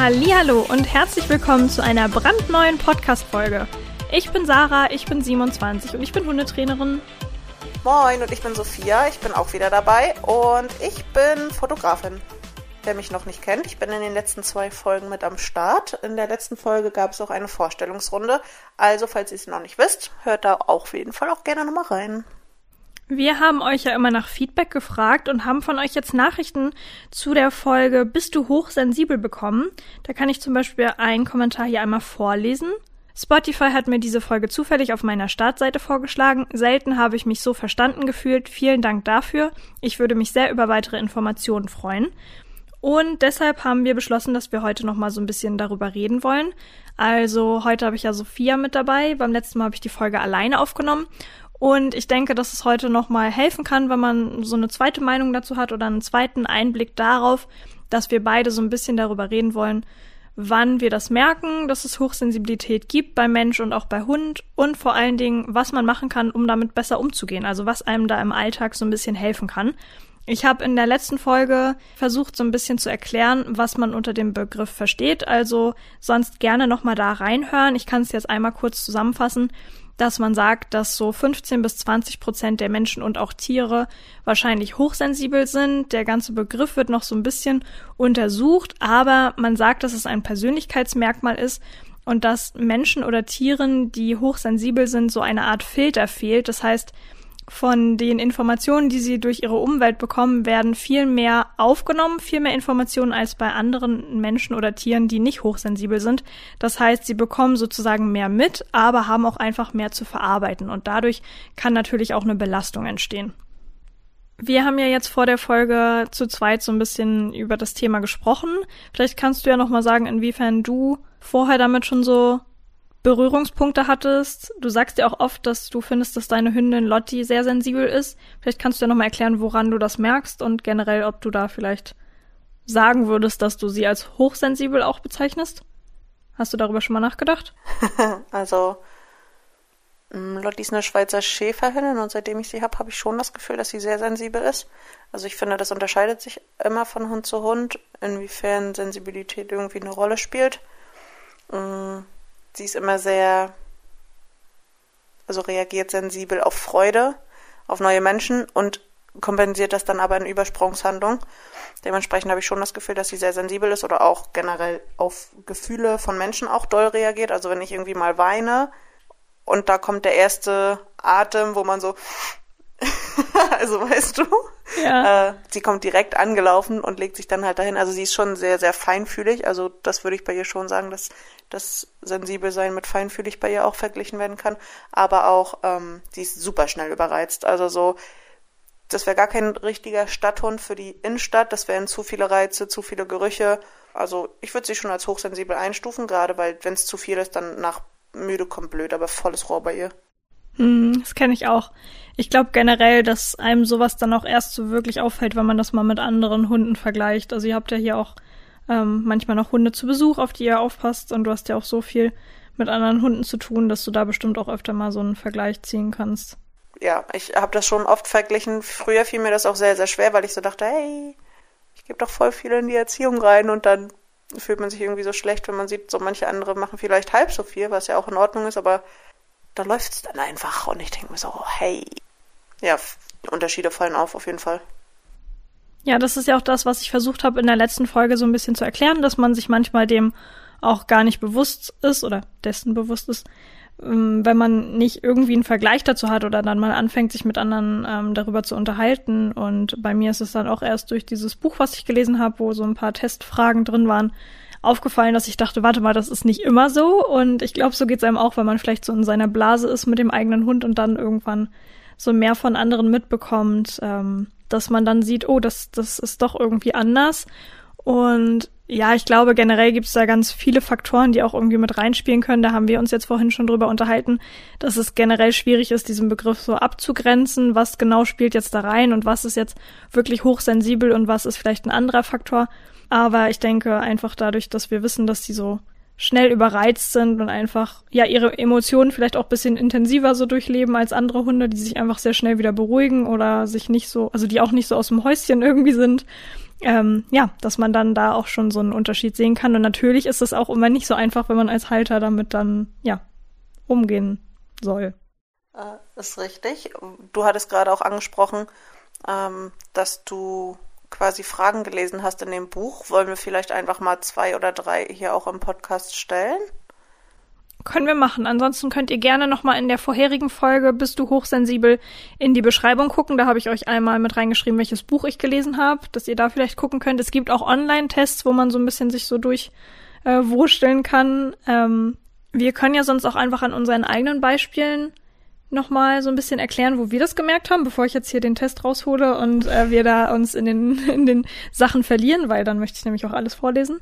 Hallihallo und herzlich willkommen zu einer brandneuen Podcast-Folge. Ich bin Sarah, ich bin 27 und ich bin Hundetrainerin. Moin, und ich bin Sophia, ich bin auch wieder dabei und ich bin Fotografin. Wer mich noch nicht kennt, ich bin in den letzten 2 Folgen mit am Start. In der letzten Folge gab es auch eine Vorstellungsrunde, also falls ihr es noch nicht wisst, hört da auch auf jeden Fall auch gerne nochmal rein. Wir haben euch ja immer nach Feedback gefragt und haben von euch jetzt Nachrichten zu der Folge Bist du hochsensibel bekommen? Da kann ich zum Beispiel einen Kommentar hier einmal vorlesen. Spotify hat mir diese Folge zufällig auf meiner Startseite vorgeschlagen. Selten habe ich mich so verstanden gefühlt. Vielen Dank dafür. Ich würde mich sehr über weitere Informationen freuen. Und deshalb haben wir beschlossen, dass wir heute nochmal so ein bisschen darüber reden wollen. Also heute habe ich ja Sophia mit dabei. Beim letzten Mal habe ich die Folge alleine aufgenommen. Und ich denke, dass es heute nochmal helfen kann, wenn man so eine zweite Meinung dazu hat oder einen zweiten Einblick darauf, dass wir beide so ein bisschen darüber reden wollen, wann wir das merken, dass es Hochsensibilität gibt bei Mensch und auch bei Hund und vor allen Dingen, was man machen kann, um damit besser umzugehen, also was einem da im Alltag so ein bisschen helfen kann. Ich habe in der letzten Folge versucht, so ein bisschen zu erklären, was man unter dem Begriff versteht, also sonst gerne nochmal da reinhören. Ich kann es jetzt einmal kurz zusammenfassen, dass man sagt, dass so 15-20% der Menschen und auch Tiere wahrscheinlich hochsensibel sind. Der ganze Begriff wird noch so ein bisschen untersucht, aber man sagt, dass es ein Persönlichkeitsmerkmal ist und dass Menschen oder Tieren, die hochsensibel sind, so eine Art Filter fehlt. Das heißt, von den Informationen, die sie durch ihre Umwelt bekommen, werden viel mehr aufgenommen, viel mehr Informationen als bei anderen Menschen oder Tieren, die nicht hochsensibel sind. Das heißt, sie bekommen sozusagen mehr mit, aber haben auch einfach mehr zu verarbeiten und dadurch kann natürlich auch eine Belastung entstehen. Wir haben ja jetzt vor der Folge zu zweit so ein bisschen über das Thema gesprochen. Vielleicht kannst du ja nochmal sagen, inwiefern du vorher damit schon so Berührungspunkte hattest. Du sagst ja auch oft, dass du findest, dass deine Hündin Lotti sehr sensibel ist. Vielleicht kannst du ja nochmal erklären, woran du das merkst und generell, ob du da vielleicht sagen würdest, dass du sie als hochsensibel auch bezeichnest. Hast du darüber schon mal nachgedacht? Also, Lotti ist eine Schweizer Schäferhündin und seitdem ich sie habe ich schon das Gefühl, dass sie sehr sensibel ist. Also ich finde, das unterscheidet sich immer von Hund zu Hund, inwiefern Sensibilität irgendwie eine Rolle spielt. Sie ist immer reagiert sensibel auf Freude, auf neue Menschen und kompensiert das dann aber in Übersprungshandlung. Dementsprechend habe ich schon das Gefühl, dass sie sehr sensibel ist oder auch generell auf Gefühle von Menschen auch doll reagiert. Also wenn ich irgendwie mal weine und da kommt der erste Atem, wo man so, also weißt du, ja. Sie kommt direkt angelaufen und legt sich dann halt dahin. Also sie ist schon sehr, sehr feinfühlig. Also das würde ich bei ihr schon sagen, dass das Sensibelsein mit feinfühlig bei ihr auch verglichen werden kann. Aber auch, sie ist super schnell überreizt. Also so, das wäre gar kein richtiger Stadthund für die Innenstadt. Das wären zu viele Reize, zu viele Gerüche. Also ich würde sie schon als hochsensibel einstufen, gerade weil, wenn es zu viel ist, dann nach müde kommt blöd, aber volles Rohr bei ihr. Das kenne ich auch. Ich glaube generell, dass einem sowas dann auch erst so wirklich auffällt, wenn man das mal mit anderen Hunden vergleicht. Also ihr habt ja hier auch manchmal noch Hunde zu Besuch, auf die ihr aufpasst und du hast ja auch so viel mit anderen Hunden zu tun, dass du da bestimmt auch öfter mal so einen Vergleich ziehen kannst. Ja, ich habe das schon oft verglichen. Früher fiel mir das auch sehr, sehr schwer, weil ich so dachte, hey, ich gebe doch voll viel in die Erziehung rein und dann fühlt man sich irgendwie so schlecht, wenn man sieht, so manche andere machen vielleicht halb so viel, was ja auch in Ordnung ist, aber da läuft es dann einfach und ich denke mir so, hey. Ja, Unterschiede fallen auf jeden Fall. Ja, das ist ja auch das, was ich versucht habe in der letzten Folge so ein bisschen zu erklären, dass man sich manchmal dem auch gar nicht bewusst ist oder dessen bewusst ist, wenn man nicht irgendwie einen Vergleich dazu hat oder dann mal anfängt, sich mit anderen darüber zu unterhalten. Und bei mir ist es dann auch erst durch dieses Buch, was ich gelesen habe, wo so ein paar Testfragen drin waren, aufgefallen, dass ich dachte, warte mal, das ist nicht immer so. Und ich glaube, so geht's einem auch, wenn man vielleicht so in seiner Blase ist mit dem eigenen Hund und dann irgendwann so mehr von anderen mitbekommt, dass man dann sieht, oh, das ist doch irgendwie anders. Und ja, ich glaube, generell gibt's da ganz viele Faktoren, die auch irgendwie mit reinspielen können. Da haben wir uns jetzt vorhin schon drüber unterhalten, dass es generell schwierig ist, diesen Begriff so abzugrenzen. Was genau spielt jetzt da rein und was ist jetzt wirklich hochsensibel und was ist vielleicht ein anderer Faktor. Aber ich denke einfach dadurch, dass wir wissen, dass die so schnell überreizt sind und einfach ja ihre Emotionen vielleicht auch ein bisschen intensiver so durchleben als andere Hunde, die sich einfach sehr schnell wieder beruhigen oder sich nicht so, also die auch nicht so aus dem Häuschen irgendwie sind, dass man dann da auch schon so einen Unterschied sehen kann. Und natürlich ist es auch immer nicht so einfach, wenn man als Halter damit dann, umgehen soll. Ist richtig. Du hattest gerade auch angesprochen, dass du quasi Fragen gelesen hast in dem Buch. Wollen wir vielleicht einfach mal 2 oder 3 hier auch im Podcast stellen? Können wir machen. Ansonsten könnt ihr gerne nochmal in der vorherigen Folge Bist du hochsensibel in die Beschreibung gucken. Da habe ich euch einmal mit reingeschrieben, welches Buch ich gelesen habe, dass ihr da vielleicht gucken könnt. Es gibt auch Online-Tests, wo man so ein bisschen sich so durchwursteln kann. Wir können ja sonst auch einfach an unseren eigenen Beispielen nochmal so ein bisschen erklären, wo wir das gemerkt haben, bevor ich jetzt hier den Test raushole und wir da uns in den Sachen verlieren, weil dann möchte ich nämlich auch alles vorlesen.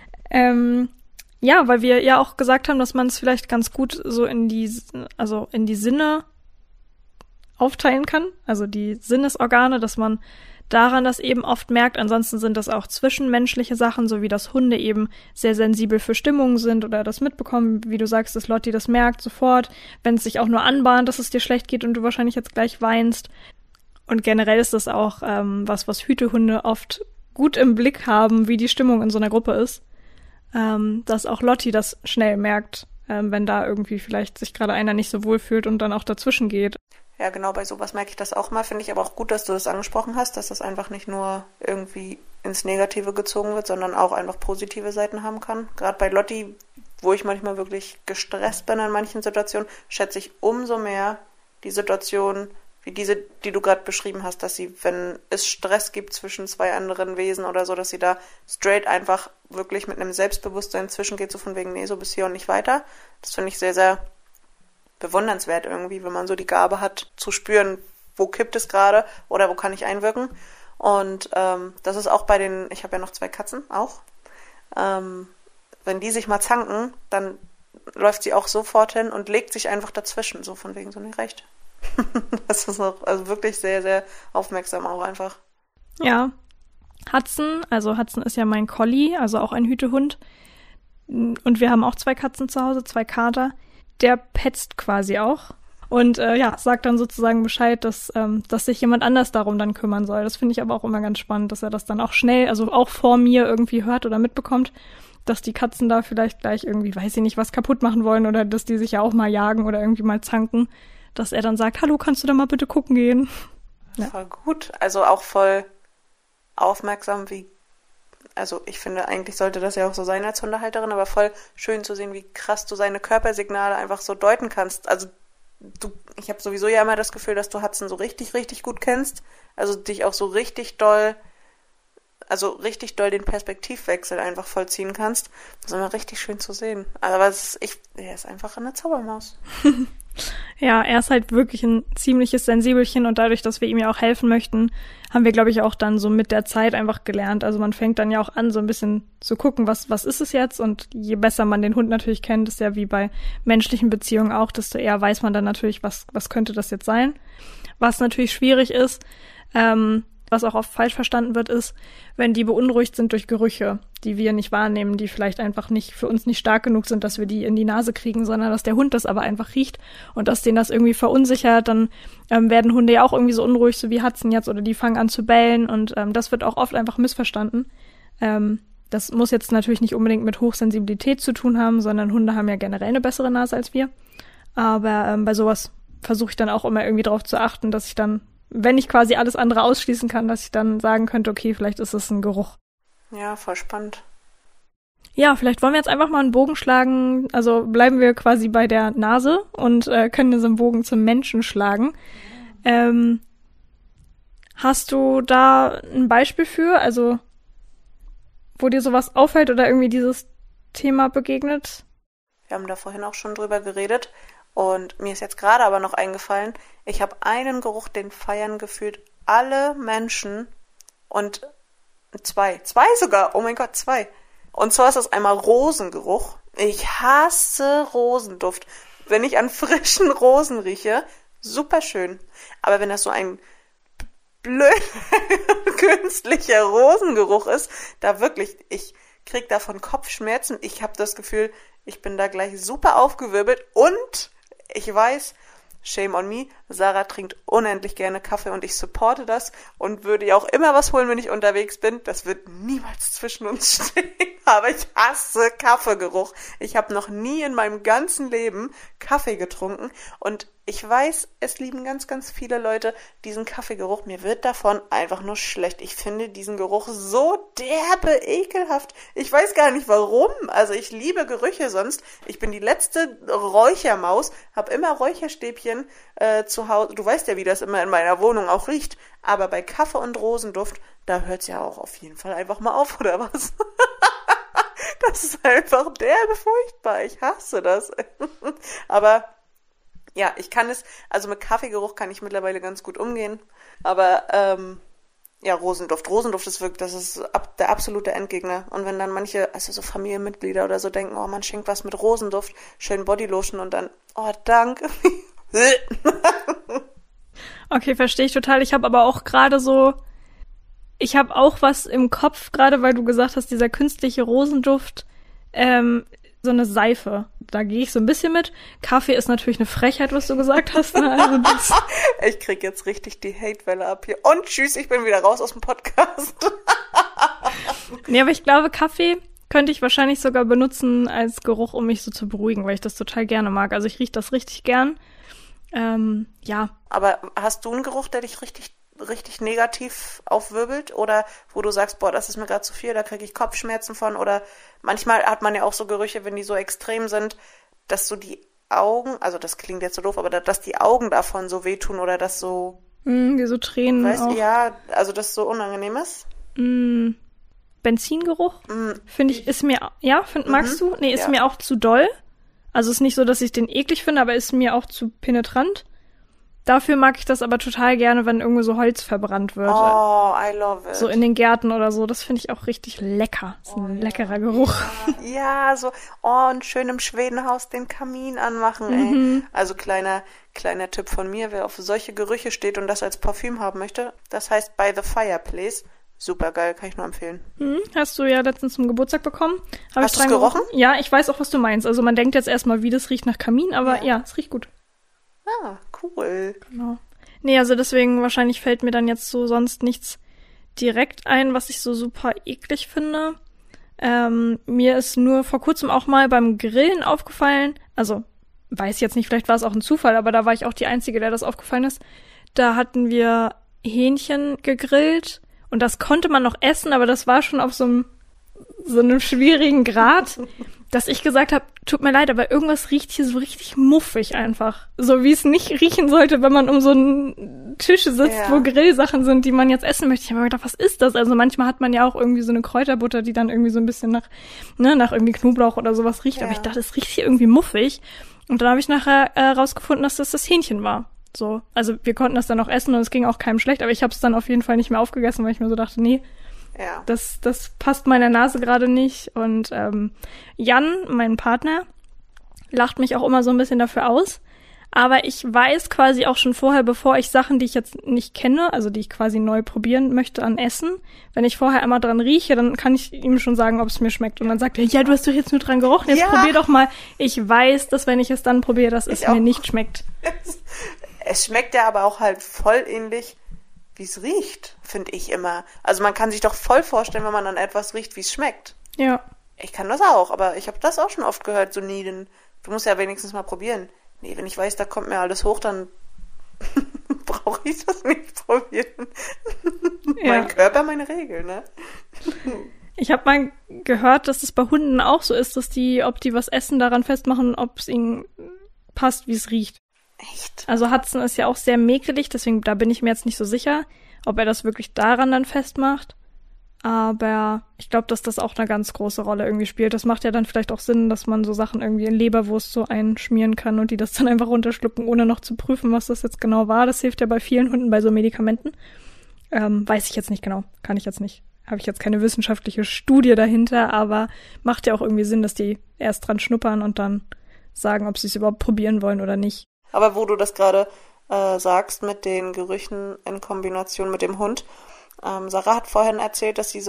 Weil wir ja auch gesagt haben, dass man es vielleicht ganz gut so in die Sinne aufteilen kann, also die Sinnesorgane, dass man daran das eben oft merkt. Ansonsten sind das auch zwischenmenschliche Sachen, so wie dass Hunde eben sehr sensibel für Stimmungen sind oder das mitbekommen, wie du sagst, dass Lotti das merkt sofort, wenn es sich auch nur anbahnt, dass es dir schlecht geht und du wahrscheinlich jetzt gleich weinst. Und generell ist das auch was Hütehunde oft gut im Blick haben, wie die Stimmung in so einer Gruppe ist. Dass auch Lotti das schnell merkt, wenn da irgendwie vielleicht sich gerade einer nicht so wohl fühlt und dann auch dazwischen geht. Ja, genau, bei sowas merke ich das auch mal. Finde ich aber auch gut, dass du das angesprochen hast, dass das einfach nicht nur irgendwie ins Negative gezogen wird, sondern auch einfach positive Seiten haben kann. Gerade bei Lotti, wo ich manchmal wirklich gestresst bin in manchen Situationen, schätze ich umso mehr die Situation wie diese, die du gerade beschrieben hast, dass sie, wenn es Stress gibt zwischen 2 anderen Wesen oder so, dass sie da straight einfach wirklich mit einem Selbstbewusstsein zwischengeht, so von wegen, nee, so bis hier und nicht weiter. Das finde ich sehr, sehr bewundernswert irgendwie, wenn man so die Gabe hat, zu spüren, wo kippt es gerade oder wo kann ich einwirken. Und das ist auch bei ich habe ja noch 2 Katzen auch, wenn die sich mal zanken, dann läuft sie auch sofort hin und legt sich einfach dazwischen, so von wegen, so nicht recht. Das ist auch, also wirklich sehr, sehr aufmerksam auch einfach. Ja, Hudson ist ja mein Collie, also auch ein Hütehund. Und wir haben auch 2 Katzen zu Hause, 2 Kater. Der petzt quasi auch. Und sagt dann sozusagen Bescheid, dass sich jemand anders darum dann kümmern soll. Das finde ich aber auch immer ganz spannend, dass er das dann auch schnell, also auch vor mir irgendwie hört oder mitbekommt, dass die Katzen da vielleicht gleich irgendwie, weiß ich nicht, was kaputt machen wollen oder dass die sich ja auch mal jagen oder irgendwie mal zanken. Dass er dann sagt, hallo, kannst du da mal bitte gucken gehen? Ja. Voll gut. Also auch voll aufmerksam, also ich finde, eigentlich sollte das ja auch so sein als Hundehalterin, aber voll schön zu sehen, wie krass du seine Körpersignale einfach so deuten kannst. Also ich habe sowieso ja immer das Gefühl, dass du Hudson so richtig, richtig gut kennst. Also dich auch so richtig doll den Perspektivwechsel einfach vollziehen kannst. Das ist immer richtig schön zu sehen. Aber er ist einfach eine Zaubermaus. Ja, er ist halt wirklich ein ziemliches Sensibelchen und dadurch, dass wir ihm ja auch helfen möchten, haben wir, glaube ich, auch dann so mit der Zeit einfach gelernt. Also man fängt dann ja auch an, so ein bisschen zu gucken, was ist es jetzt? Und je besser man den Hund natürlich kennt, ist ja wie bei menschlichen Beziehungen auch, desto eher weiß man dann natürlich, was könnte das jetzt sein. Was natürlich schwierig ist, was auch oft falsch verstanden wird, ist, wenn die beunruhigt sind durch Gerüche, die wir nicht wahrnehmen, die vielleicht einfach nicht für uns nicht stark genug sind, dass wir die in die Nase kriegen, sondern dass der Hund das aber einfach riecht und dass den das irgendwie verunsichert, dann werden Hunde ja auch irgendwie so unruhig, so wie Hudson jetzt, oder die fangen an zu bellen und das wird auch oft einfach missverstanden. Das muss jetzt natürlich nicht unbedingt mit Hochsensibilität zu tun haben, sondern Hunde haben ja generell eine bessere Nase als wir. Aber bei sowas versuche ich dann auch immer irgendwie drauf zu achten, dass ich dann, wenn ich quasi alles andere ausschließen kann, dass ich dann sagen könnte, okay, vielleicht ist es ein Geruch. Ja, voll spannend. Ja, vielleicht wollen wir jetzt einfach mal einen Bogen schlagen, also bleiben wir quasi bei der Nase und können so einen Bogen zum Menschen schlagen. Hast du da ein Beispiel für, also wo dir sowas auffällt oder irgendwie dieses Thema begegnet? Wir haben da vorhin auch schon drüber geredet. Und mir ist jetzt gerade aber noch eingefallen, ich habe einen Geruch, den feiern gefühlt alle Menschen und 2 sogar, oh mein Gott, 2. Und zwar ist das einmal Rosengeruch. Ich hasse Rosenduft. Wenn ich an frischen Rosen rieche, super schön. Aber wenn das so ein blöder, künstlicher Rosengeruch ist, da wirklich, ich krieg davon Kopfschmerzen. Ich habe das Gefühl, ich bin da gleich super aufgewirbelt und ich weiß, shame on me. Sarah trinkt unendlich gerne Kaffee und ich supporte das und würde ja auch immer was holen, wenn ich unterwegs bin. Das wird niemals zwischen uns stehen. Aber ich hasse Kaffeegeruch. Ich habe noch nie in meinem ganzen Leben Kaffee getrunken und ich weiß, es lieben ganz, ganz viele Leute diesen Kaffeegeruch. Mir wird davon einfach nur schlecht. Ich finde diesen Geruch so derbe ekelhaft. Ich weiß gar nicht warum. Also ich liebe Gerüche sonst. Ich bin die letzte Räuchermaus, habe immer Räucherstäbchen zu Hause. Du weißt ja, wie das immer in meiner Wohnung auch riecht. Aber bei Kaffee und Rosenduft, da hört's ja auch auf jeden Fall einfach mal auf, oder was? Das ist einfach derbe furchtbar. Ich hasse das. Aber ja, ich kann es, also mit Kaffeegeruch kann ich mittlerweile ganz gut umgehen, aber ja, Rosenduft. Rosenduft ist wirklich, das ist der absolute Endgegner. Und wenn dann manche, also so Familienmitglieder oder so denken, oh, man schenkt was mit Rosenduft, schön Bodylotion und dann, oh, danke. Okay, verstehe ich total. Ich habe aber auch gerade so, ich habe auch was im Kopf, gerade weil du gesagt hast, dieser künstliche Rosenduft, so eine Seife. Da gehe ich so ein bisschen mit. Kaffee ist natürlich eine Frechheit, was du gesagt hast. Ne? Also ich krieg jetzt richtig die Hatewelle ab hier. Und tschüss, ich bin wieder raus aus dem Podcast. Nee, aber ich glaube, Kaffee könnte ich wahrscheinlich sogar benutzen als Geruch, um mich so zu beruhigen, weil ich das total gerne mag. Also ich rieche das richtig gern. Ja. Aber hast du einen Geruch, der dich richtig negativ aufwirbelt oder wo du sagst, boah, das ist mir gerade zu viel, da kriege ich Kopfschmerzen von oder manchmal hat man ja auch so Gerüche, wenn die so extrem sind, dass so die Augen, also das klingt jetzt so doof, aber dass die Augen davon so wehtun oder das so wie so Tränen weißt, auch. Ja, also das so unangenehm ist. Benzingeruch, finde ich, ist mir, ja, magst du? Nee, ist mir auch zu doll. Also ist nicht so, dass ich den eklig finde, aber ist mir auch zu penetrant. Dafür mag ich das aber total gerne, wenn irgendwo so Holz verbrannt wird. Oh, I love it. So in den Gärten oder so. Das finde ich auch richtig lecker. Das ist ein leckerer Geruch. Ja, so, und schön im Schwedenhaus den Kamin anmachen, ey. Also kleiner Tipp von mir, wer auf solche Gerüche steht und das als Parfüm haben möchte, das heißt By the Fireplace. Super geil, kann ich nur empfehlen. Hast du ja letztens zum Geburtstag bekommen. Hast du es gerochen? Ja, ich weiß auch, was du meinst. Also man denkt jetzt erstmal, wie das riecht nach Kamin, aber ja, es riecht gut. Ah, cool. Genau. Nee, also deswegen wahrscheinlich fällt mir dann jetzt so sonst nichts direkt ein, was ich so super eklig finde. Mir ist nur vor kurzem auch mal beim Grillen aufgefallen, also weiß jetzt nicht, vielleicht war es auch ein Zufall, aber da war ich auch die Einzige, der das aufgefallen ist. Da hatten wir Hähnchen gegrillt und das konnte man noch essen, aber das war schon auf so einem schwierigen Grad, dass ich gesagt habe, tut mir leid, aber irgendwas riecht hier so richtig muffig einfach. So wie es nicht riechen sollte, wenn man um so einen Tisch sitzt, wo Grillsachen sind, die man jetzt essen möchte. Ich habe mir gedacht, was ist das? Also manchmal hat man ja auch irgendwie so eine Kräuterbutter, die dann irgendwie so ein bisschen nach irgendwie Knoblauch oder sowas riecht. Aber ich dachte, es riecht hier irgendwie muffig. Und dann habe ich nachher rausgefunden, dass das Hähnchen war. So, also wir konnten das dann auch essen und es ging auch keinem schlecht, aber ich habe es dann auf jeden Fall nicht mehr aufgegessen, weil ich mir so dachte, nee, das passt meiner Nase gerade nicht. Und Jan, mein Partner, lacht mich auch immer so ein bisschen dafür aus. Aber ich weiß quasi auch schon vorher, bevor ich Sachen, die ich jetzt nicht kenne, also die ich quasi neu probieren möchte an Essen, wenn ich vorher einmal dran rieche, dann kann ich ihm schon sagen, ob es mir schmeckt. Und dann sagt er, ja, du hast doch jetzt nur dran gerochen, jetzt probier doch mal. Ich weiß, dass wenn ich es dann probiere, dass es mir nicht schmeckt. Es schmeckt ja aber auch halt voll ähnlich, wie es riecht, finde ich immer. Also man kann sich doch voll vorstellen, wenn man an etwas riecht, wie es schmeckt. Ja. Ich kann das auch, aber ich habe das auch schon oft gehört, so nee, du musst ja wenigstens mal probieren. Nee, wenn ich weiß, da kommt mir alles hoch, dann brauche ich das nicht probieren. Mein Körper, meine Regel, ne? Ich habe mal gehört, dass es bei Hunden auch so ist, dass ob die was essen, daran festmachen, ob es ihnen passt, wie es riecht. Echt? Also Hudson ist ja auch sehr mäkelig, deswegen da bin ich mir jetzt nicht so sicher, ob er das wirklich daran dann festmacht. Aber ich glaube, dass das auch eine ganz große Rolle irgendwie spielt. Das macht ja dann vielleicht auch Sinn, dass man so Sachen irgendwie in Leberwurst so einschmieren kann und die das dann einfach runterschlucken, ohne noch zu prüfen, was das jetzt genau war. Das hilft ja bei vielen Hunden bei so Medikamenten. Weiß ich jetzt nicht genau. Kann ich jetzt nicht. Habe ich jetzt keine wissenschaftliche Studie dahinter, aber macht ja auch irgendwie Sinn, dass die erst dran schnuppern und dann sagen, ob sie es überhaupt probieren wollen oder nicht. Aber wo du das gerade sagst mit den Gerüchen in Kombination mit dem Hund, Sarah hat vorhin erzählt, dass sie so ein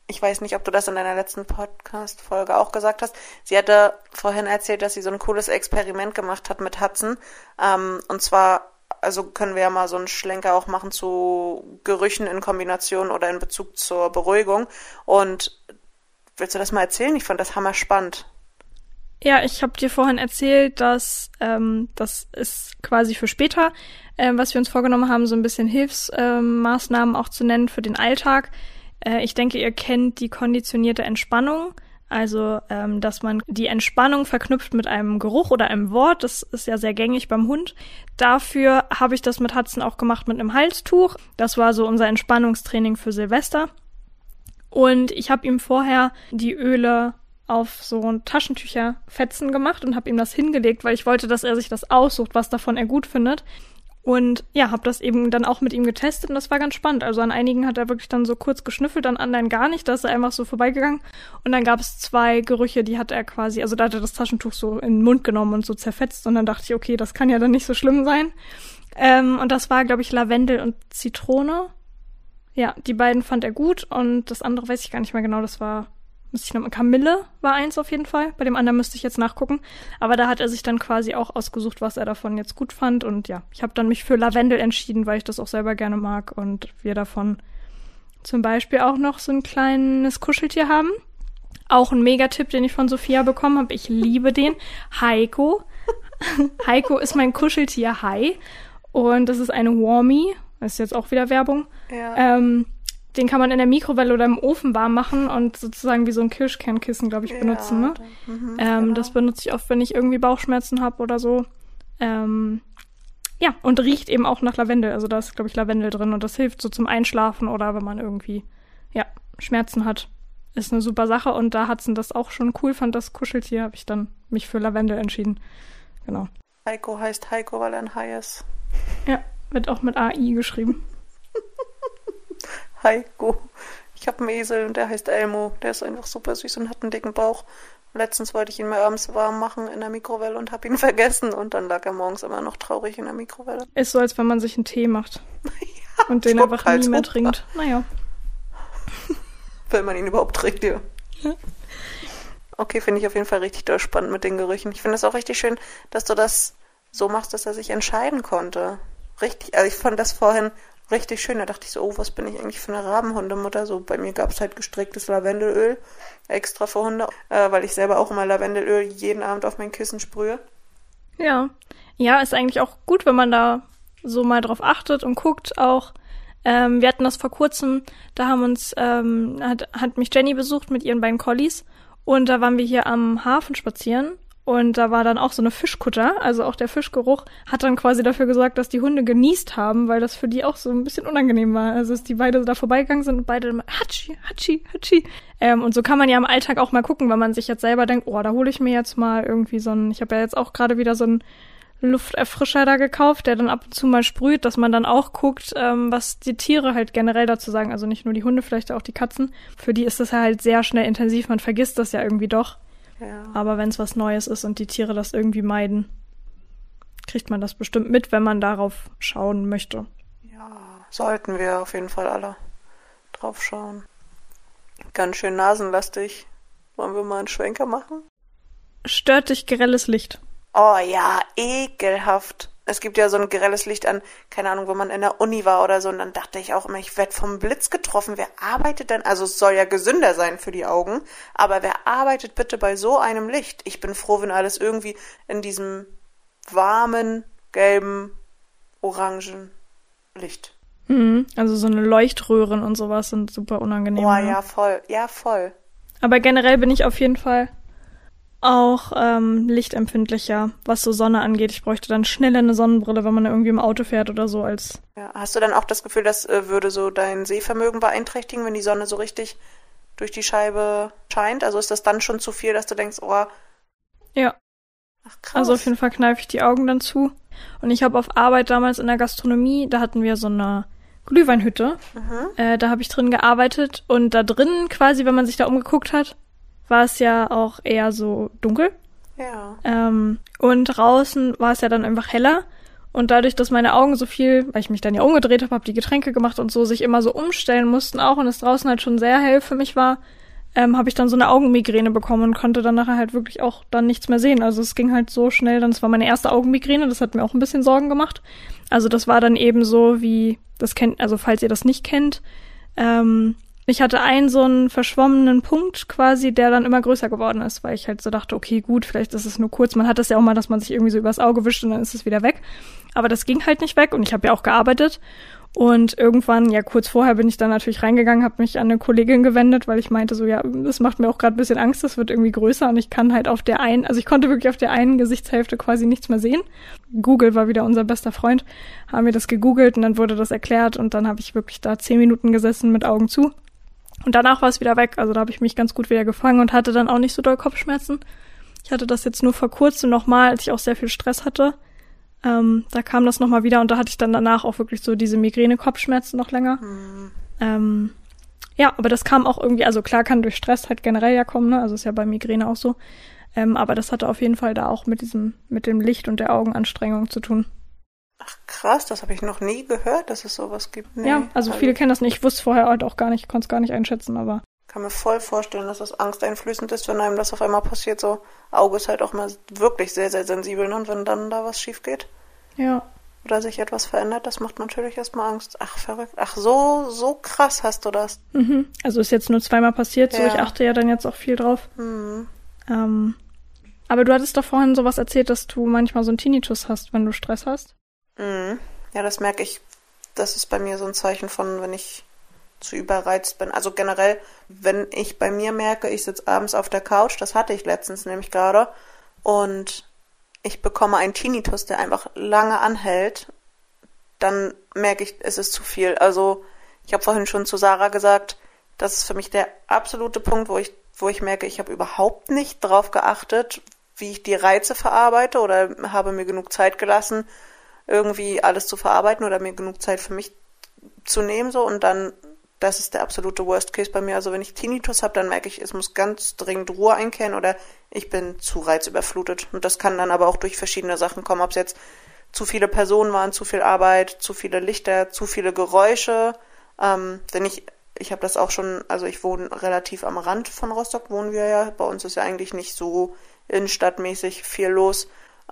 ich weiß nicht, ob du das in deiner letzten Podcast-Folge auch gesagt hast. Sie hatte vorhin erzählt, dass sie so ein cooles Experiment gemacht hat mit Hudson. Und zwar, also können wir ja mal so einen Schlenker auch machen zu Gerüchen in Kombination oder in Bezug zur Beruhigung. Und willst du das mal erzählen? Ich fand das hammerspannend. Ja, ich habe dir vorhin erzählt, dass das ist quasi für später, was wir uns vorgenommen haben, so ein bisschen Hilfsmaßnahmen auch zu nennen für den Alltag. Ich denke, ihr kennt die konditionierte Entspannung, also dass man die Entspannung verknüpft mit einem Geruch oder einem Wort. Das ist ja sehr gängig beim Hund. Dafür habe ich das mit Hudson auch gemacht mit einem Halstuch. Das war so unser Entspannungstraining für Silvester. Und ich habe ihm vorher die Öle auf so ein Taschentücherfetzen gemacht und habe ihm das hingelegt, weil ich wollte, dass er sich das aussucht, was davon er gut findet. Und ja, habe das eben dann auch mit ihm getestet und das war ganz spannend. Also an einigen hat er wirklich dann so kurz geschnüffelt, an anderen gar nicht. Da ist er einfach so vorbeigegangen. Und dann gab es 2 Gerüche, die hat er quasi, also da hat er das Taschentuch so in den Mund genommen und so zerfetzt. Und dann dachte ich, okay, das kann ja dann nicht so schlimm sein. Und das war, glaube ich, Lavendel und Zitrone. Ja, die beiden fand er gut. Und das andere weiß ich gar nicht mehr genau, das war... Kamille war eins auf jeden Fall. Bei dem anderen müsste ich jetzt nachgucken. Aber da hat er sich dann quasi auch ausgesucht, was er davon jetzt gut fand. Und ja, ich habe dann mich für Lavendel entschieden, weil ich das auch selber gerne mag. Und wir davon zum Beispiel auch noch so ein kleines Kuscheltier haben. Auch ein Megatipp, den ich von Sophia bekommen habe. Ich liebe den. Heiko. Heiko ist mein Kuscheltier-Hai. Und das ist eine Warmie. Das ist jetzt auch wieder Werbung. Ja. Den kann man in der Mikrowelle oder im Ofen warm machen und sozusagen wie so ein Kirschkernkissen, glaube ich, benutzen. Ne? Genau. Das benutze ich oft, wenn ich irgendwie Bauchschmerzen habe oder so. Ja, und riecht eben auch nach Lavendel. Also da ist, glaube ich, Lavendel drin und das hilft so zum Einschlafen oder wenn man irgendwie Schmerzen hat. Ist eine super Sache und da Hudson das auch schon cool fand, das Kuscheltier, habe ich dann mich für Lavendel entschieden. Genau. Heiko heißt Heiko, weil er ein Hai ist. Ja, wird auch mit AI geschrieben. Heiko. Ich habe einen Esel und der heißt Elmo. Der ist einfach super süß und hat einen dicken Bauch. Letztens wollte ich ihn mal abends warm machen in der Mikrowelle und habe ihn vergessen. Und dann lag er morgens immer noch traurig in der Mikrowelle. Ist so, als wenn man sich einen Tee macht. Ja, und den einfach nie mehr trinkt. Naja. Wenn man ihn überhaupt trinkt, ja. Okay, finde ich auf jeden Fall richtig doll spannend mit den Gerüchen. Ich finde es auch richtig schön, dass du das so machst, dass er sich entscheiden konnte. Richtig, also ich fand das vorhin richtig schön. Da dachte ich so, oh, was bin ich eigentlich für eine Rabenhundemutter? So, bei mir gab es halt gestricktes Lavendelöl, extra für Hunde, weil ich selber auch immer Lavendelöl jeden Abend auf mein Kissen sprühe. Ja. Ja, ist eigentlich auch gut, wenn man da so mal drauf achtet und guckt auch. Wir hatten das vor kurzem, da haben uns, hat mich Jenny besucht mit ihren beiden Collies und da waren wir hier am Hafen spazieren. Und da war dann auch so eine Fischkutter, also auch der Fischgeruch hat dann quasi dafür gesorgt, dass die Hunde genießt haben, weil das für die auch so ein bisschen unangenehm war. Also dass die beide da vorbeigegangen sind und beide immer Hatschi, Hatschi, Hatschi. Und so kann man ja im Alltag auch mal gucken, wenn man sich jetzt selber denkt, oh, da hole ich mir jetzt mal irgendwie so einen, ich habe ja jetzt auch gerade wieder so einen Lufterfrischer da gekauft, der dann ab und zu mal sprüht, dass man dann auch guckt, was die Tiere halt generell dazu sagen. Also nicht nur die Hunde, vielleicht auch die Katzen. Für die ist das ja halt sehr schnell intensiv, man vergisst das ja irgendwie doch. Ja. Aber wenn es was Neues ist und die Tiere das irgendwie meiden, kriegt man das bestimmt mit, wenn man darauf schauen möchte. Ja, sollten wir auf jeden Fall alle drauf schauen. Ganz schön nasenlastig. Wollen wir mal einen Schwenker machen? Stört dich grelles Licht? Oh ja, ekelhaft. Es gibt ja so ein grelles Licht an, keine Ahnung, wo man in der Uni war oder so. Und dann dachte ich auch immer, ich werde vom Blitz getroffen. Wer arbeitet denn? Also es soll ja gesünder sein für die Augen. Aber wer arbeitet bitte bei so einem Licht? Ich bin froh, wenn alles irgendwie in diesem warmen, gelben, orangen Licht. Also so eine Leuchtröhren und sowas sind super unangenehm. Oh ne? ja, voll. Ja, voll. Aber generell bin ich auf jeden Fall auch lichtempfindlicher, was so Sonne angeht. Ich bräuchte dann schnell eine Sonnenbrille, wenn man irgendwie im Auto fährt oder so. Ja, hast du dann auch das Gefühl, das würde so dein Sehvermögen beeinträchtigen, wenn die Sonne so richtig durch die Scheibe scheint? Also ist das dann schon zu viel, dass du denkst, oh... Ja. Ach, krass. Also auf jeden Fall kneife ich die Augen dann zu. Und ich habe auf Arbeit damals in der Gastronomie, da hatten wir so eine Glühweinhütte. Da habe ich drin gearbeitet. Und da drin quasi, wenn man sich da umgeguckt hat, war es ja auch eher so dunkel. Ja. Und draußen war es ja dann einfach heller. Und dadurch, dass meine Augen so viel, weil ich mich dann ja umgedreht habe die Getränke gemacht und so, sich immer so umstellen mussten auch und es draußen halt schon sehr hell für mich war, habe ich dann so eine Augenmigräne bekommen und konnte dann nachher halt wirklich auch dann nichts mehr sehen. Also es ging halt so schnell, dann es war meine erste Augenmigräne, das hat mir auch ein bisschen Sorgen gemacht. Also das war dann eben so wie, also falls ihr das nicht kennt, ich hatte einen so einen verschwommenen Punkt quasi, der dann immer größer geworden ist, weil ich halt so dachte, okay, gut, vielleicht ist es nur kurz. Man hat das ja auch mal, dass man sich irgendwie so übers Auge wischt und dann ist es wieder weg. Aber das ging halt nicht weg und ich habe ja auch gearbeitet. Und irgendwann, ja kurz vorher bin ich dann natürlich reingegangen, habe mich an eine Kollegin gewendet, weil ich meinte so, ja, das macht mir auch gerade ein bisschen Angst, das wird irgendwie größer und ich kann halt also ich konnte wirklich auf der einen Gesichtshälfte quasi nichts mehr sehen. Google war wieder unser bester Freund, haben wir das gegoogelt und dann wurde das erklärt und dann habe ich wirklich da 10 Minuten gesessen mit Augen zu. Und danach war es wieder weg, also da habe ich mich ganz gut wieder gefangen und hatte dann auch nicht so doll Kopfschmerzen. Ich hatte das jetzt nur vor kurzem nochmal, als ich auch sehr viel Stress hatte. Da kam das nochmal wieder und da hatte ich dann danach auch wirklich so diese Migräne-Kopfschmerzen noch länger. Ja, aber das kam auch irgendwie, also klar kann durch Stress halt generell ja kommen, ne? Also ist ja bei Migräne auch so. Aber das hatte auf jeden Fall da auch mit dem Licht und der Augenanstrengung zu tun. Ach krass, das habe ich noch nie gehört, dass es sowas gibt. Nee, ja, also viele kennen das nicht. Ich wusste vorher halt auch gar nicht, konnte es gar nicht einschätzen, aber... Ich kann mir voll vorstellen, dass das angsteinflößend ist, wenn einem das auf einmal passiert. So, Auge ist halt auch mal wirklich sehr, sehr sensibel, ne? Und wenn dann da was schief geht. Ja. Oder sich etwas verändert, das macht natürlich erstmal Angst. Ach, verrückt. Ach, so krass hast du das. Mhm. Also ist jetzt nur 2-mal passiert, so ich achte ja dann jetzt auch viel drauf. Aber du hattest doch vorhin sowas erzählt, dass du manchmal so einen Tinnitus hast, wenn du Stress hast. Ja, das merke ich. Das ist bei mir so ein Zeichen von, wenn ich zu überreizt bin. Also generell, wenn ich bei mir merke, ich sitze abends auf der Couch, das hatte ich letztens nämlich gerade, und ich bekomme einen Tinnitus, der einfach lange anhält, dann merke ich, es ist zu viel. Also ich habe vorhin schon zu Sarah gesagt, das ist für mich der absolute Punkt, wo ich merke, ich habe überhaupt nicht drauf geachtet, wie ich die Reize verarbeite oder habe mir genug Zeit gelassen, irgendwie alles zu verarbeiten oder mir genug Zeit für mich zu nehmen, so, und dann, das ist der absolute Worst Case bei mir. Also wenn ich Tinnitus habe, dann merke ich, es muss ganz dringend Ruhe einkehren oder ich bin zu reizüberflutet. Und das kann dann aber auch durch verschiedene Sachen kommen, ob es jetzt zu viele Personen waren, zu viel Arbeit, zu viele Lichter, zu viele Geräusche. Denn ich habe das auch schon, also ich wohne relativ am Rand von Rostock, wohnen wir ja. Bei uns ist ja eigentlich nicht so innenstadtmäßig viel los.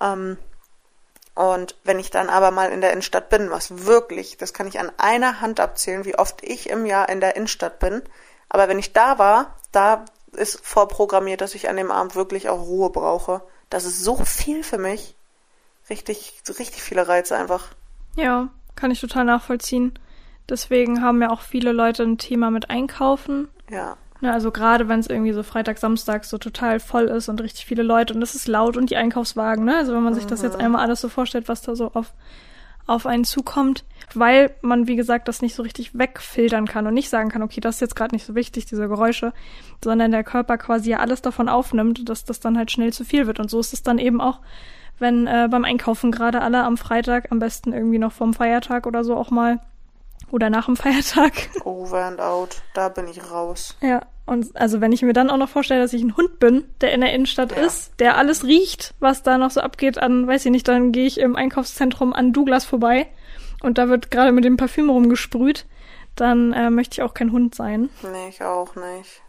Und wenn ich dann aber mal in der Innenstadt bin, was wirklich, das kann ich an einer Hand abzählen, wie oft ich im Jahr in der Innenstadt bin. Aber wenn ich da war, da ist vorprogrammiert, dass ich an dem Abend wirklich auch Ruhe brauche. Das ist so viel für mich. Richtig, richtig viele Reize einfach. Ja, kann ich total nachvollziehen. Deswegen haben ja auch viele Leute ein Thema mit Einkaufen. Ja. Ja, also gerade wenn es irgendwie so Freitag, Samstag so total voll ist und richtig viele Leute und es ist laut und die Einkaufswagen, ne? Also wenn man sich das jetzt einmal alles so vorstellt, was da so auf einen zukommt, weil man, wie gesagt, das nicht so richtig wegfiltern kann und nicht sagen kann, okay, das ist jetzt gerade nicht so wichtig, diese Geräusche, sondern der Körper quasi ja alles davon aufnimmt, dass das dann halt schnell zu viel wird. Und so ist es dann eben auch, wenn beim Einkaufen gerade alle am Freitag, am besten irgendwie noch vorm Feiertag oder so auch mal, oder nach dem Feiertag. Over and out, da bin ich raus. Ja, und also wenn ich mir dann auch noch vorstelle, dass ich ein Hund bin, der in der Innenstadt ist, der alles riecht, was da noch so abgeht an, weiß ich nicht, dann gehe ich im Einkaufszentrum an Douglas vorbei und da wird gerade mit dem Parfüm rumgesprüht, dann möchte ich auch kein Hund sein. Nee, ich auch nicht.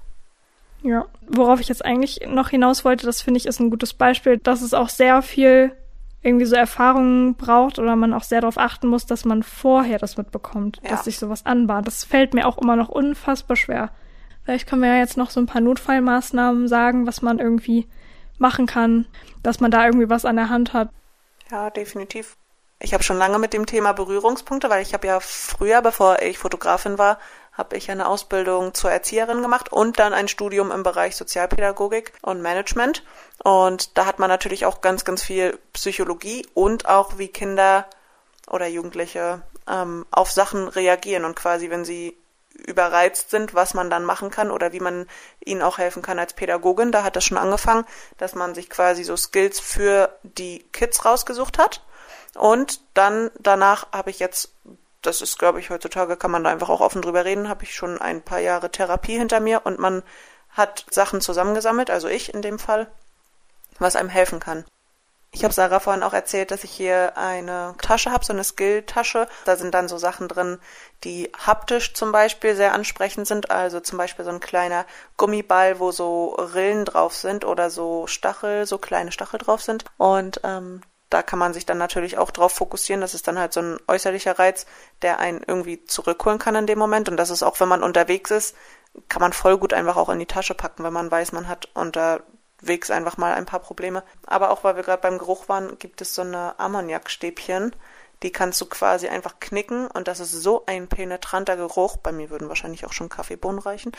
Ja, worauf ich jetzt eigentlich noch hinaus wollte, das finde ich ist ein gutes Beispiel, dass es auch sehr viel irgendwie so Erfahrungen braucht oder man auch sehr darauf achten muss, dass man vorher das mitbekommt, dass sich sowas anbahnt. Das fällt mir auch immer noch unfassbar schwer. Vielleicht können wir ja jetzt noch so ein paar Notfallmaßnahmen sagen, was man irgendwie machen kann, dass man da irgendwie was an der Hand hat. Ja, definitiv. Ich habe schon lange mit dem Thema Berührungspunkte, weil ich habe ja früher, bevor ich Fotografin war, habe ich eine Ausbildung zur Erzieherin gemacht und dann ein Studium im Bereich Sozialpädagogik und Management. Und da hat man natürlich auch ganz, ganz viel Psychologie und auch wie Kinder oder Jugendliche auf Sachen reagieren und quasi, wenn sie überreizt sind, was man dann machen kann oder wie man ihnen auch helfen kann als Pädagogin. Da hat das schon angefangen, dass man sich quasi so Skills für die Kids rausgesucht hat. Und dann danach habe ich jetzt, das ist, glaube ich, heutzutage kann man da einfach auch offen drüber reden, habe ich schon ein paar Jahre Therapie hinter mir und man hat Sachen zusammengesammelt, also ich in dem Fall, was einem helfen kann. Ich habe Sarah vorhin auch erzählt, dass ich hier eine Tasche habe, so eine Skill-Tasche. Da sind dann so Sachen drin, die haptisch zum Beispiel sehr ansprechend sind. Also zum Beispiel so ein kleiner Gummiball, wo so Rillen drauf sind oder so Stachel, so kleine Stachel drauf sind. Und da kann man sich dann natürlich auch drauf fokussieren. Das ist dann halt so ein äußerlicher Reiz, der einen irgendwie zurückholen kann in dem Moment. Und das ist auch, wenn man unterwegs ist, kann man voll gut einfach auch in die Tasche packen, wenn man weiß, man hat unterwegs einfach mal ein paar Probleme. Aber auch, weil wir gerade beim Geruch waren, gibt es so eine Ammoniakstäbchen. Die kannst du quasi einfach knicken und das ist so ein penetranter Geruch. Bei mir würden wahrscheinlich auch schon Kaffeebohnen reichen.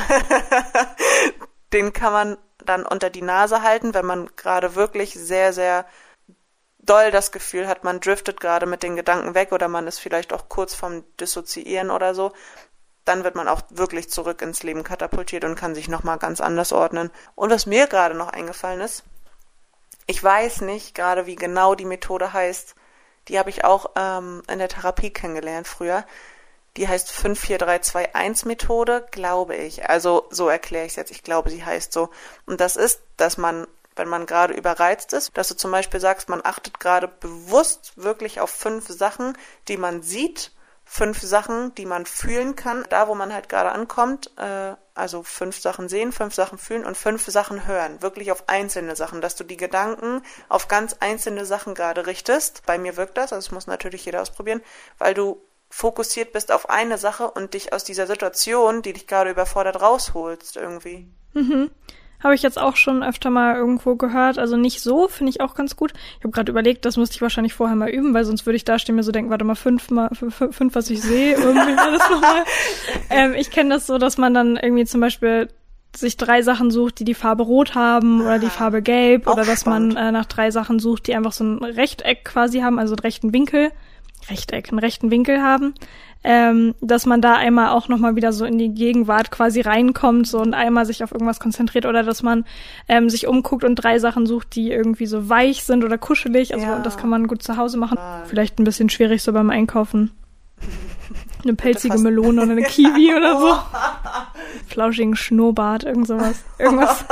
Den kann man dann unter die Nase halten, wenn man gerade wirklich sehr, sehr doll das Gefühl hat, man driftet gerade mit den Gedanken weg oder man ist vielleicht auch kurz vorm Dissoziieren oder so. Dann wird man auch wirklich zurück ins Leben katapultiert und kann sich nochmal ganz anders ordnen. Und was mir gerade noch eingefallen ist, ich weiß nicht gerade, wie genau die Methode heißt. Die habe ich auch in der Therapie kennengelernt früher. Die heißt 5-4-3-2-1-Methode, glaube ich. Also so erkläre ich es jetzt. Ich glaube, sie heißt so. Und das ist, dass man, wenn man gerade überreizt ist, dass du zum Beispiel sagst, man achtet gerade bewusst wirklich auf 5 Sachen, die man sieht, 5 Sachen, die man fühlen kann, da wo man halt gerade ankommt, also 5 Sachen sehen, 5 Sachen fühlen und 5 Sachen hören, wirklich auf einzelne Sachen, dass du die Gedanken auf ganz einzelne Sachen gerade richtest. Bei mir wirkt das, also das muss natürlich jeder ausprobieren, weil du fokussiert bist auf eine Sache und dich aus dieser Situation, die dich gerade überfordert, rausholst irgendwie. Mhm. Habe ich jetzt auch schon öfter mal irgendwo gehört. Also nicht so, finde ich auch ganz gut. Ich habe gerade überlegt, das müsste ich wahrscheinlich vorher mal üben, weil sonst würde ich da stehen mir so denken, warte mal, 5, was ich sehe. Irgendwie war das nochmal. Ich kenne das so, dass man dann irgendwie zum Beispiel sich 3 Sachen sucht, die Farbe rot haben oder die Farbe gelb. Oder dass spannend. man nach 3 Sachen sucht, die einfach so ein Rechteck quasi haben, also einen rechten Winkel. einen rechten Winkel haben, dass man da einmal auch nochmal wieder so in die Gegenwart quasi reinkommt so und einmal sich auf irgendwas konzentriert oder dass man sich umguckt und 3 Sachen sucht, die irgendwie so weich sind oder kuschelig. Also das kann man gut zu Hause machen. Vielleicht ein bisschen schwierig so beim Einkaufen. Eine pelzige Melone oder eine Kiwi oder so. Flauschigen Schnurrbart, irgend sowas. Irgendwas.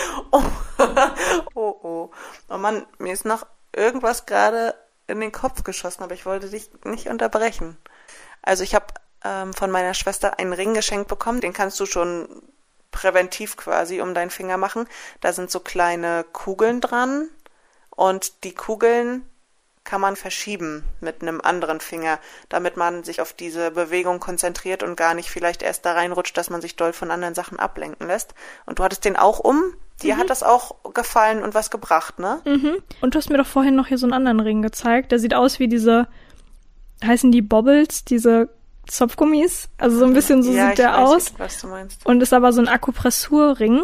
Oh Mann, mir ist noch irgendwas gerade in den Kopf geschossen, aber ich wollte dich nicht unterbrechen. Also ich habe von meiner Schwester einen Ring geschenkt bekommen, den kannst du schon präventiv quasi um deinen Finger machen. Da sind so kleine Kugeln dran und die Kugeln kann man verschieben mit einem anderen Finger, damit man sich auf diese Bewegung konzentriert und gar nicht vielleicht erst da reinrutscht, dass man sich doll von anderen Sachen ablenken lässt. Und du hattest den auch um? Dir hat das auch gefallen und was gebracht, ne? Mhm. Und du hast mir doch vorhin noch hier so einen anderen Ring gezeigt. Der sieht aus wie diese, heißen die Bobbles, diese Zopfgummis? Also so ein bisschen so sieht der aus. Nicht, was du meinst. Und ist aber so ein Akupressurring.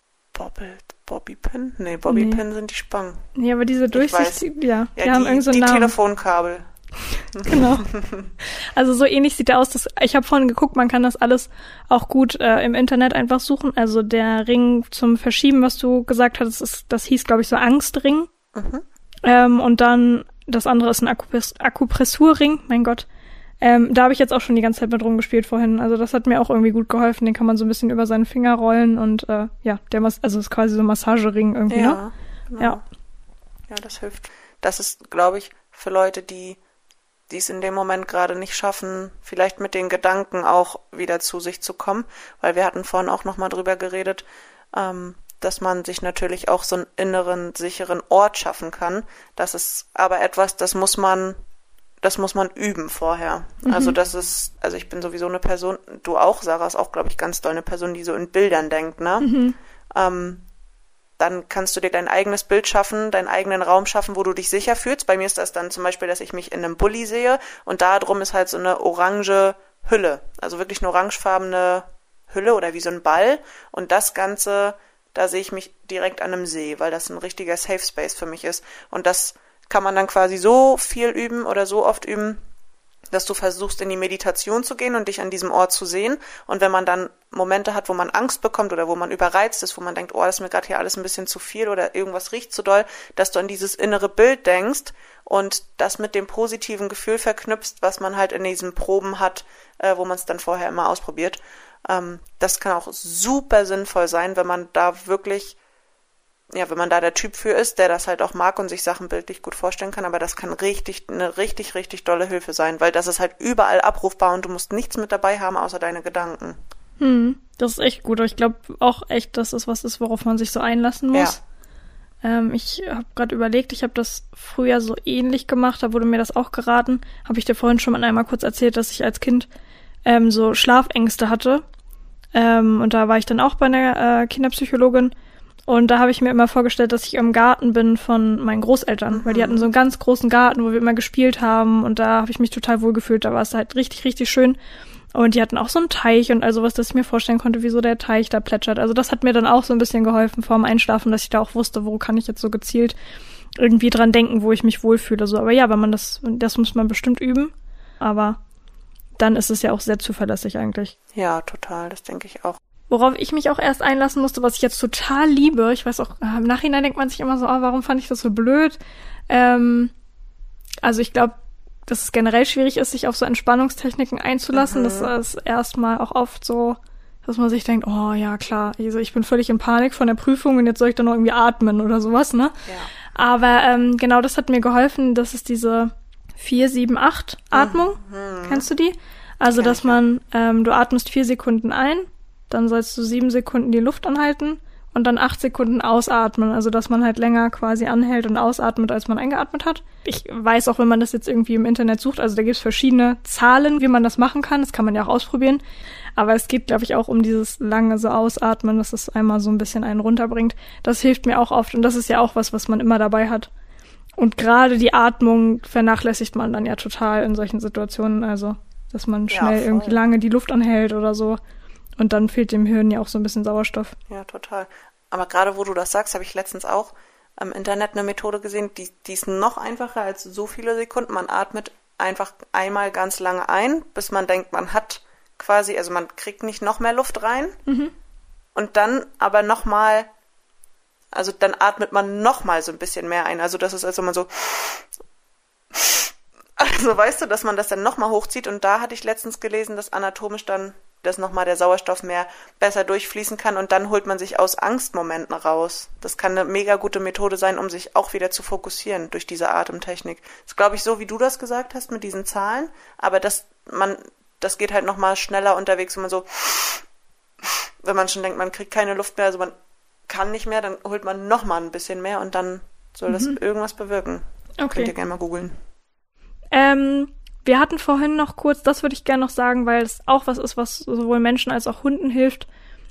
Bobbypin? Nee, Bobbypin sind die Spangen. Nee, aber diese durchsichtigen, ja, die haben irgend so einen Die Namen. Telefonkabel. Genau. Also so ähnlich sieht der aus. Ich habe vorhin geguckt, man kann das alles auch gut im Internet einfach suchen. Also der Ring zum Verschieben, was du gesagt hattest, das hieß, glaube ich, so Angstring. Mhm. Und dann das andere ist ein Akupressurring. Mein Gott. Da habe ich jetzt auch schon die ganze Zeit mit rumgespielt vorhin. Also das hat mir auch irgendwie gut geholfen. Den kann man so ein bisschen über seinen Finger rollen und also ist quasi so ein Massagering irgendwie, ne? Genau. Ja. Ja, das hilft. Das ist, glaube ich, für Leute, die es in dem Moment gerade nicht schaffen, vielleicht mit den Gedanken auch wieder zu sich zu kommen, weil wir hatten vorhin auch nochmal drüber geredet, dass man sich natürlich auch so einen inneren, sicheren Ort schaffen kann. Das ist aber etwas, das muss man üben vorher. Mhm. Also ich bin sowieso eine Person, du auch, Sarah ist auch, glaube ich, ganz doll eine Person, die so in Bildern denkt, ne? Mhm. Dann kannst du dir dein eigenes Bild schaffen, deinen eigenen Raum schaffen, wo du dich sicher fühlst. Bei mir ist das dann zum Beispiel, dass ich mich in einem Bulli sehe und da drum ist halt so eine orange Hülle. Also wirklich eine orangefarbene Hülle oder wie so ein Ball. Und das Ganze, da sehe ich mich direkt an einem See, weil das ein richtiger Safe Space für mich ist. Und das kann man dann quasi so viel üben oder so oft üben, dass du versuchst, in die Meditation zu gehen und dich an diesem Ort zu sehen. Und wenn man dann Momente hat, wo man Angst bekommt oder wo man überreizt ist, wo man denkt, das ist mir gerade hier alles ein bisschen zu viel oder irgendwas riecht zu doll, dass du an dieses innere Bild denkst und das mit dem positiven Gefühl verknüpfst, was man halt in diesen Proben hat, wo man es dann vorher immer ausprobiert. Das kann auch super sinnvoll sein, wenn man da wirklich wenn man da der Typ für ist, der das halt auch mag und sich Sachen bildlich gut vorstellen kann, aber das kann eine richtig, richtig dolle Hilfe sein, weil das ist halt überall abrufbar und du musst nichts mit dabei haben, außer deine Gedanken. Das ist echt gut. Ich glaube auch echt, dass das was ist, worauf man sich so einlassen muss. Ja. Ich habe gerade überlegt, ich habe das früher so ähnlich gemacht, da wurde mir das auch geraten. Habe ich dir vorhin schon mal einmal kurz erzählt, dass ich als Kind so Schlafängste hatte. Und da war ich dann auch bei einer Kinderpsychologin. Und da habe ich mir immer vorgestellt, dass ich im Garten bin von meinen Großeltern, weil die hatten so einen ganz großen Garten, wo wir immer gespielt haben. Und da habe ich mich total wohl gefühlt. Da war es halt richtig, richtig schön. Und die hatten auch so einen Teich und also was, dass ich mir vorstellen konnte, wie so der Teich da plätschert. Also das hat mir dann auch so ein bisschen geholfen vorm Einschlafen, dass ich da auch wusste, wo kann ich jetzt so gezielt irgendwie dran denken, wo ich mich wohlfühle. So. Aber ja, wenn man das muss man bestimmt üben. Aber dann ist es ja auch sehr zuverlässig eigentlich. Ja, total, das denke ich auch. Worauf ich mich auch erst einlassen musste, was ich jetzt total liebe, ich weiß auch, im Nachhinein denkt man sich immer so, warum fand ich das so blöd? Also ich glaube, dass es generell schwierig ist, sich auf so Entspannungstechniken einzulassen. Das ist erstmal auch oft so, dass man sich denkt, oh ja, klar, also ich bin völlig in Panik von der Prüfung und jetzt soll ich dann noch irgendwie atmen oder sowas, ne? Ja. Aber genau das hat mir geholfen, das ist diese 4-7-8-Atmung. Kennst du die? Also, dass man, du atmest 4 Sekunden ein, dann sollst du 7 Sekunden die Luft anhalten und dann 8 Sekunden ausatmen. Also, dass man halt länger quasi anhält und ausatmet, als man eingeatmet hat. Ich weiß auch, wenn man das jetzt irgendwie im Internet sucht, also da gibt es verschiedene Zahlen, wie man das machen kann. Das kann man ja auch ausprobieren. Aber es geht, glaube ich, auch um dieses lange so Ausatmen, dass es einmal so ein bisschen einen runterbringt. Das hilft mir auch oft und das ist ja auch was man immer dabei hat. Und gerade die Atmung vernachlässigt man dann ja total in solchen Situationen. Also, dass man schnell irgendwie lange die Luft anhält oder so. Und dann fehlt dem Hirn ja auch so ein bisschen Sauerstoff. Ja, total. Aber gerade wo du das sagst, habe ich letztens auch im Internet eine Methode gesehen, die ist noch einfacher als so viele Sekunden. Man atmet einfach einmal ganz lange ein, bis man denkt, man hat quasi, also man kriegt nicht noch mehr Luft rein. Und dann aber nochmal, also dann atmet man nochmal so ein bisschen mehr ein. Also das ist, als wenn man so, also weißt du, dass man das dann nochmal hochzieht. Und da hatte ich letztens gelesen, dass anatomisch dann dass nochmal der Sauerstoff besser durchfließen kann und dann holt man sich aus Angstmomenten raus. Das kann eine mega gute Methode sein, um sich auch wieder zu fokussieren durch diese Atemtechnik. Das ist, glaube ich, so, wie du das gesagt hast mit diesen Zahlen, aber das geht halt nochmal schneller unterwegs, wenn man schon denkt, man kriegt keine Luft mehr, also man kann nicht mehr, dann holt man nochmal ein bisschen mehr und dann soll das irgendwas bewirken. Okay. Könnt ihr gerne mal googeln. Wir hatten vorhin noch kurz, das würde ich gerne noch sagen, weil es auch was ist, was sowohl Menschen als auch Hunden hilft,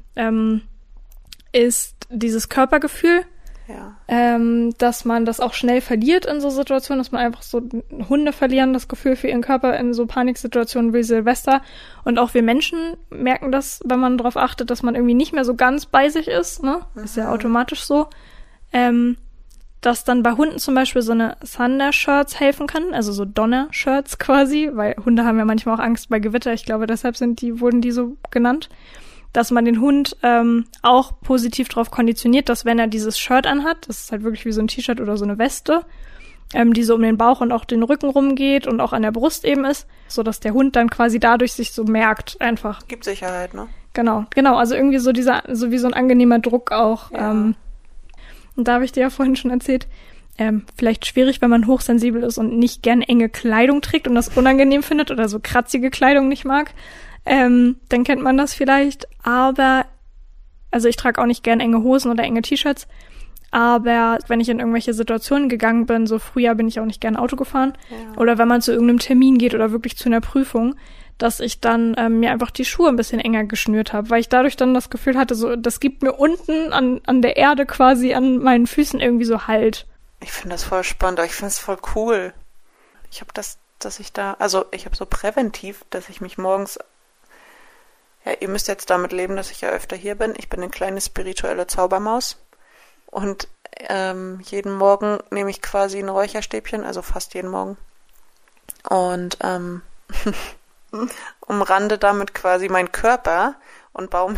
ist dieses Körpergefühl, dass man das auch schnell verliert in so Situationen, dass man einfach so, Hunde verlieren das Gefühl für ihren Körper in so Paniksituationen wie Silvester und auch wir Menschen merken das, wenn man darauf achtet, dass man irgendwie nicht mehr so ganz bei sich ist, ne? Ist ja automatisch so. Dass dann bei Hunden zum Beispiel so eine Thunder-Shirts helfen kann, also so Donner-Shirts quasi, weil Hunde haben ja manchmal auch Angst bei Gewitter, ich glaube, deshalb wurden die so genannt, dass man den Hund auch positiv darauf konditioniert, dass wenn er dieses Shirt anhat, das ist halt wirklich wie so ein T-Shirt oder so eine Weste, die so um den Bauch und auch den Rücken rumgeht und auch an der Brust eben ist, so dass der Hund dann quasi dadurch sich so merkt einfach. Gibt Sicherheit, ne? Genau, also irgendwie so so wie so ein angenehmer Druck auch, und da habe ich dir ja vorhin schon erzählt, vielleicht schwierig, wenn man hochsensibel ist und nicht gern enge Kleidung trägt und das unangenehm findet oder so kratzige Kleidung nicht mag, dann kennt man das vielleicht. Aber, also ich trage auch nicht gern enge Hosen oder enge T-Shirts, aber wenn ich in irgendwelche Situationen gegangen bin, so früher bin ich auch nicht gern Auto gefahren, oder wenn man zu irgendeinem Termin geht oder wirklich zu einer Prüfung, dass ich dann mir einfach die Schuhe ein bisschen enger geschnürt habe, weil ich dadurch dann das Gefühl hatte, so das gibt mir unten an der Erde quasi an meinen Füßen irgendwie so Halt. Ich finde das voll spannend, aber ich finde es voll cool. Ich habe ich habe so präventiv, dass ich mich morgens, ja, ihr müsst jetzt damit leben, dass ich ja öfter hier bin. Ich bin eine kleine spirituelle Zaubermaus und jeden Morgen nehme ich quasi ein Räucherstäbchen, also fast jeden Morgen und umrande damit quasi meinen Körper und baue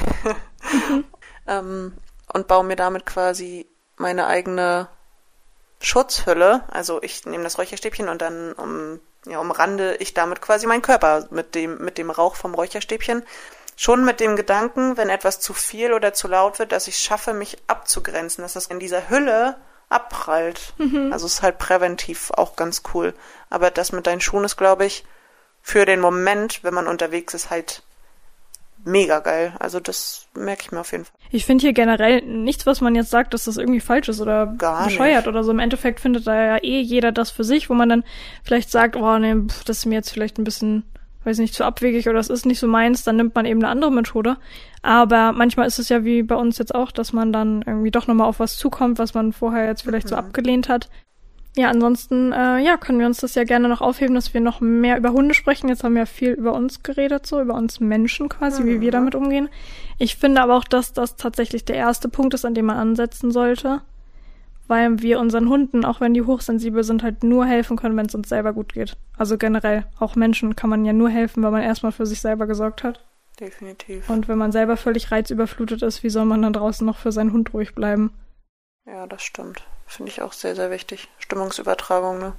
mir damit quasi meine eigene Schutzhülle. Also ich nehme das Räucherstäbchen und dann umrande ich damit quasi meinen Körper mit dem Rauch vom Räucherstäbchen. schon mit dem Gedanken, wenn etwas zu viel oder zu laut wird, dass ich schaffe, mich abzugrenzen, dass das in dieser Hülle abprallt. Also es ist halt präventiv auch ganz cool. Aber das mit deinen Schuhen ist, glaube ich, für den Moment, wenn man unterwegs ist, halt mega geil. Also das merke ich mir auf jeden Fall. Ich finde hier generell nichts, was man jetzt sagt, dass das irgendwie falsch ist oder bescheuert oder so. Im Endeffekt findet da ja jeder das für sich, wo man dann vielleicht sagt, oh nee, das ist mir jetzt vielleicht ein bisschen, weiß nicht, zu abwegig oder das ist nicht so meins, dann nimmt man eben eine andere Methode. Aber manchmal ist es ja wie bei uns jetzt auch, dass man dann irgendwie doch nochmal auf was zukommt, was man vorher jetzt vielleicht so abgelehnt hat. Ja, ansonsten, können wir uns das ja gerne noch aufheben, dass wir noch mehr über Hunde sprechen. Jetzt haben wir ja viel über uns geredet, so über uns Menschen quasi, wie wir damit umgehen. Ich finde aber auch, dass das tatsächlich der erste Punkt ist, an dem man ansetzen sollte, weil wir unseren Hunden, auch wenn die hochsensibel sind, halt nur helfen können, wenn es uns selber gut geht. Also generell, auch Menschen kann man ja nur helfen, weil man erstmal für sich selber gesorgt hat. Definitiv. Und wenn man selber völlig reizüberflutet ist, wie soll man dann draußen noch für seinen Hund ruhig bleiben? Ja, das stimmt. Finde ich auch sehr, sehr wichtig. Stimmungsübertragung, ne?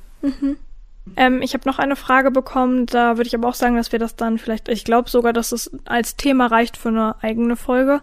Ich habe noch eine Frage bekommen, da würde ich aber auch sagen, dass wir das dann vielleicht, ich glaube sogar, dass es als Thema reicht für eine eigene Folge.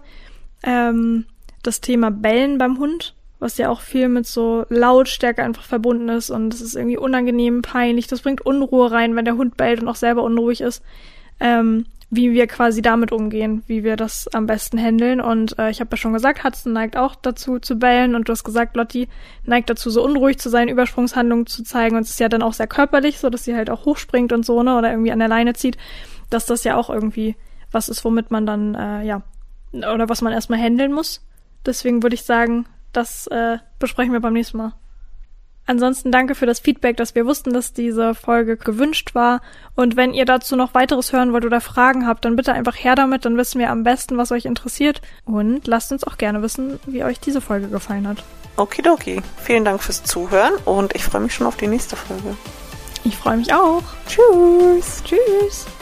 Das Thema Bellen beim Hund, was ja auch viel mit so Lautstärke einfach verbunden ist und es ist irgendwie unangenehm, peinlich, das bringt Unruhe rein, wenn der Hund bellt und auch selber unruhig ist. Wie wir quasi damit umgehen, wie wir das am besten handeln. Und ich habe ja schon gesagt, Hudson neigt auch dazu zu bellen und du hast gesagt, Lotti neigt dazu, so unruhig zu sein, Übersprungshandlungen zu zeigen und es ist ja dann auch sehr körperlich, so dass sie halt auch hochspringt und so, ne, oder irgendwie an der Leine zieht, dass das ja auch irgendwie was ist, womit man dann, oder was man erstmal handeln muss. Deswegen würde ich sagen, das besprechen wir beim nächsten Mal. Ansonsten danke für das Feedback, dass wir wussten, dass diese Folge gewünscht war. Und wenn ihr dazu noch weiteres hören wollt oder Fragen habt, dann bitte einfach her damit, dann wissen wir am besten, was euch interessiert. Und lasst uns auch gerne wissen, wie euch diese Folge gefallen hat. Okidoki. Vielen Dank fürs Zuhören und ich freue mich schon auf die nächste Folge. Ich freue mich auch. Tschüss. Tschüss.